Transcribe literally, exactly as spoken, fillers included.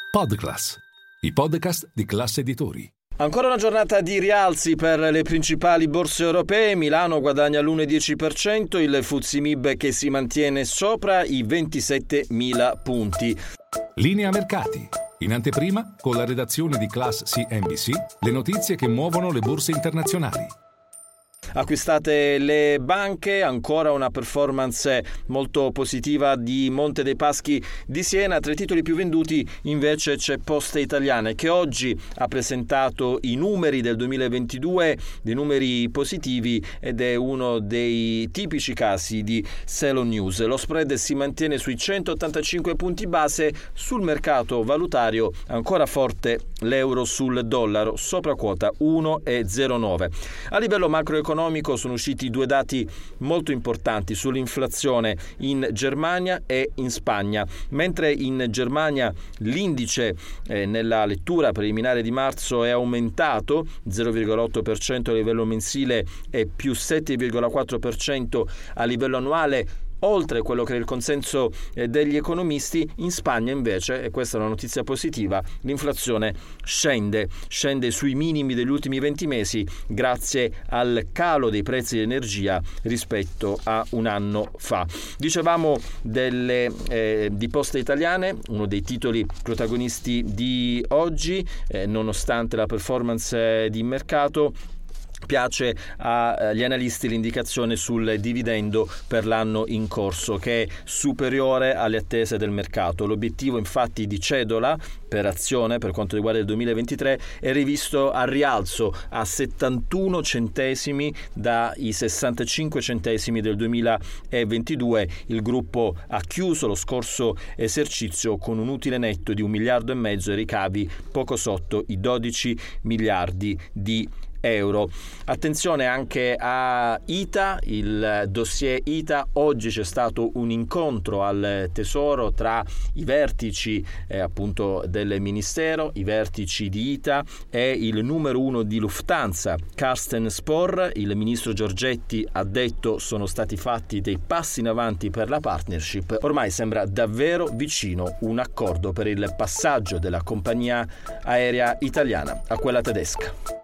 Podclass, i podcast di Class Editori. Ancora una giornata di rialzi per le principali borse europee. Milano guadagna l'uno virgola dieci per cento, il F T S E M I B che si mantiene sopra i ventisettemila punti. Linea mercati. In anteprima, con la redazione di Class C N B C, le notizie che muovono le borse internazionali. Acquistate le banche, ancora una performance molto positiva di Monte dei Paschi di Siena. Tra i titoli più venduti invece c'è Poste Italiane, che oggi ha presentato i numeri del duemilaventidue, dei numeri positivi, ed è uno dei tipici casi di sell-on news. Lo spread si mantiene sui centottantacinque punti base. Sul mercato valutario ancora forte l'euro sul dollaro, sopra quota uno virgola zero nove. A livello macroeconomico sono usciti due dati molto importanti sull'inflazione in Germania e in Spagna. Mentre in Germania l'indice eh, nella lettura preliminare di marzo è aumentato zero virgola otto per cento a livello mensile e più sette virgola quattro per cento a livello annuale, oltre quello che è il consenso degli economisti. In Spagna invece, e questa è una notizia positiva, l'inflazione scende, scende sui minimi degli ultimi venti mesi grazie al calo dei prezzi dell'energia rispetto a un anno fa. Dicevamo delle, eh, di Poste Italiane, uno dei titoli protagonisti di oggi, eh, nonostante la performance di mercato. Piace agli analisti l'indicazione sul dividendo per l'anno in corso, che è superiore alle attese del mercato. L'obiettivo infatti di cedola per azione per quanto riguarda il duemilaventitré è rivisto al rialzo a settantuno centesimi dai sessantacinque centesimi del duemilaventidue. Il gruppo ha chiuso lo scorso esercizio con un utile netto di un miliardo e mezzo e ricavi poco sotto i dodici miliardi di euro. Attenzione anche a I T A, il dossier I T A. Oggi c'è stato un incontro al Tesoro tra i vertici eh, appunto del Ministero, i vertici di I T A e il numero uno di Lufthansa, Carsten Spohr. Il ministro Giorgetti ha detto sono stati fatti dei passi in avanti per la partnership. Ormai sembra davvero vicino un accordo per il passaggio della compagnia aerea italiana a quella tedesca.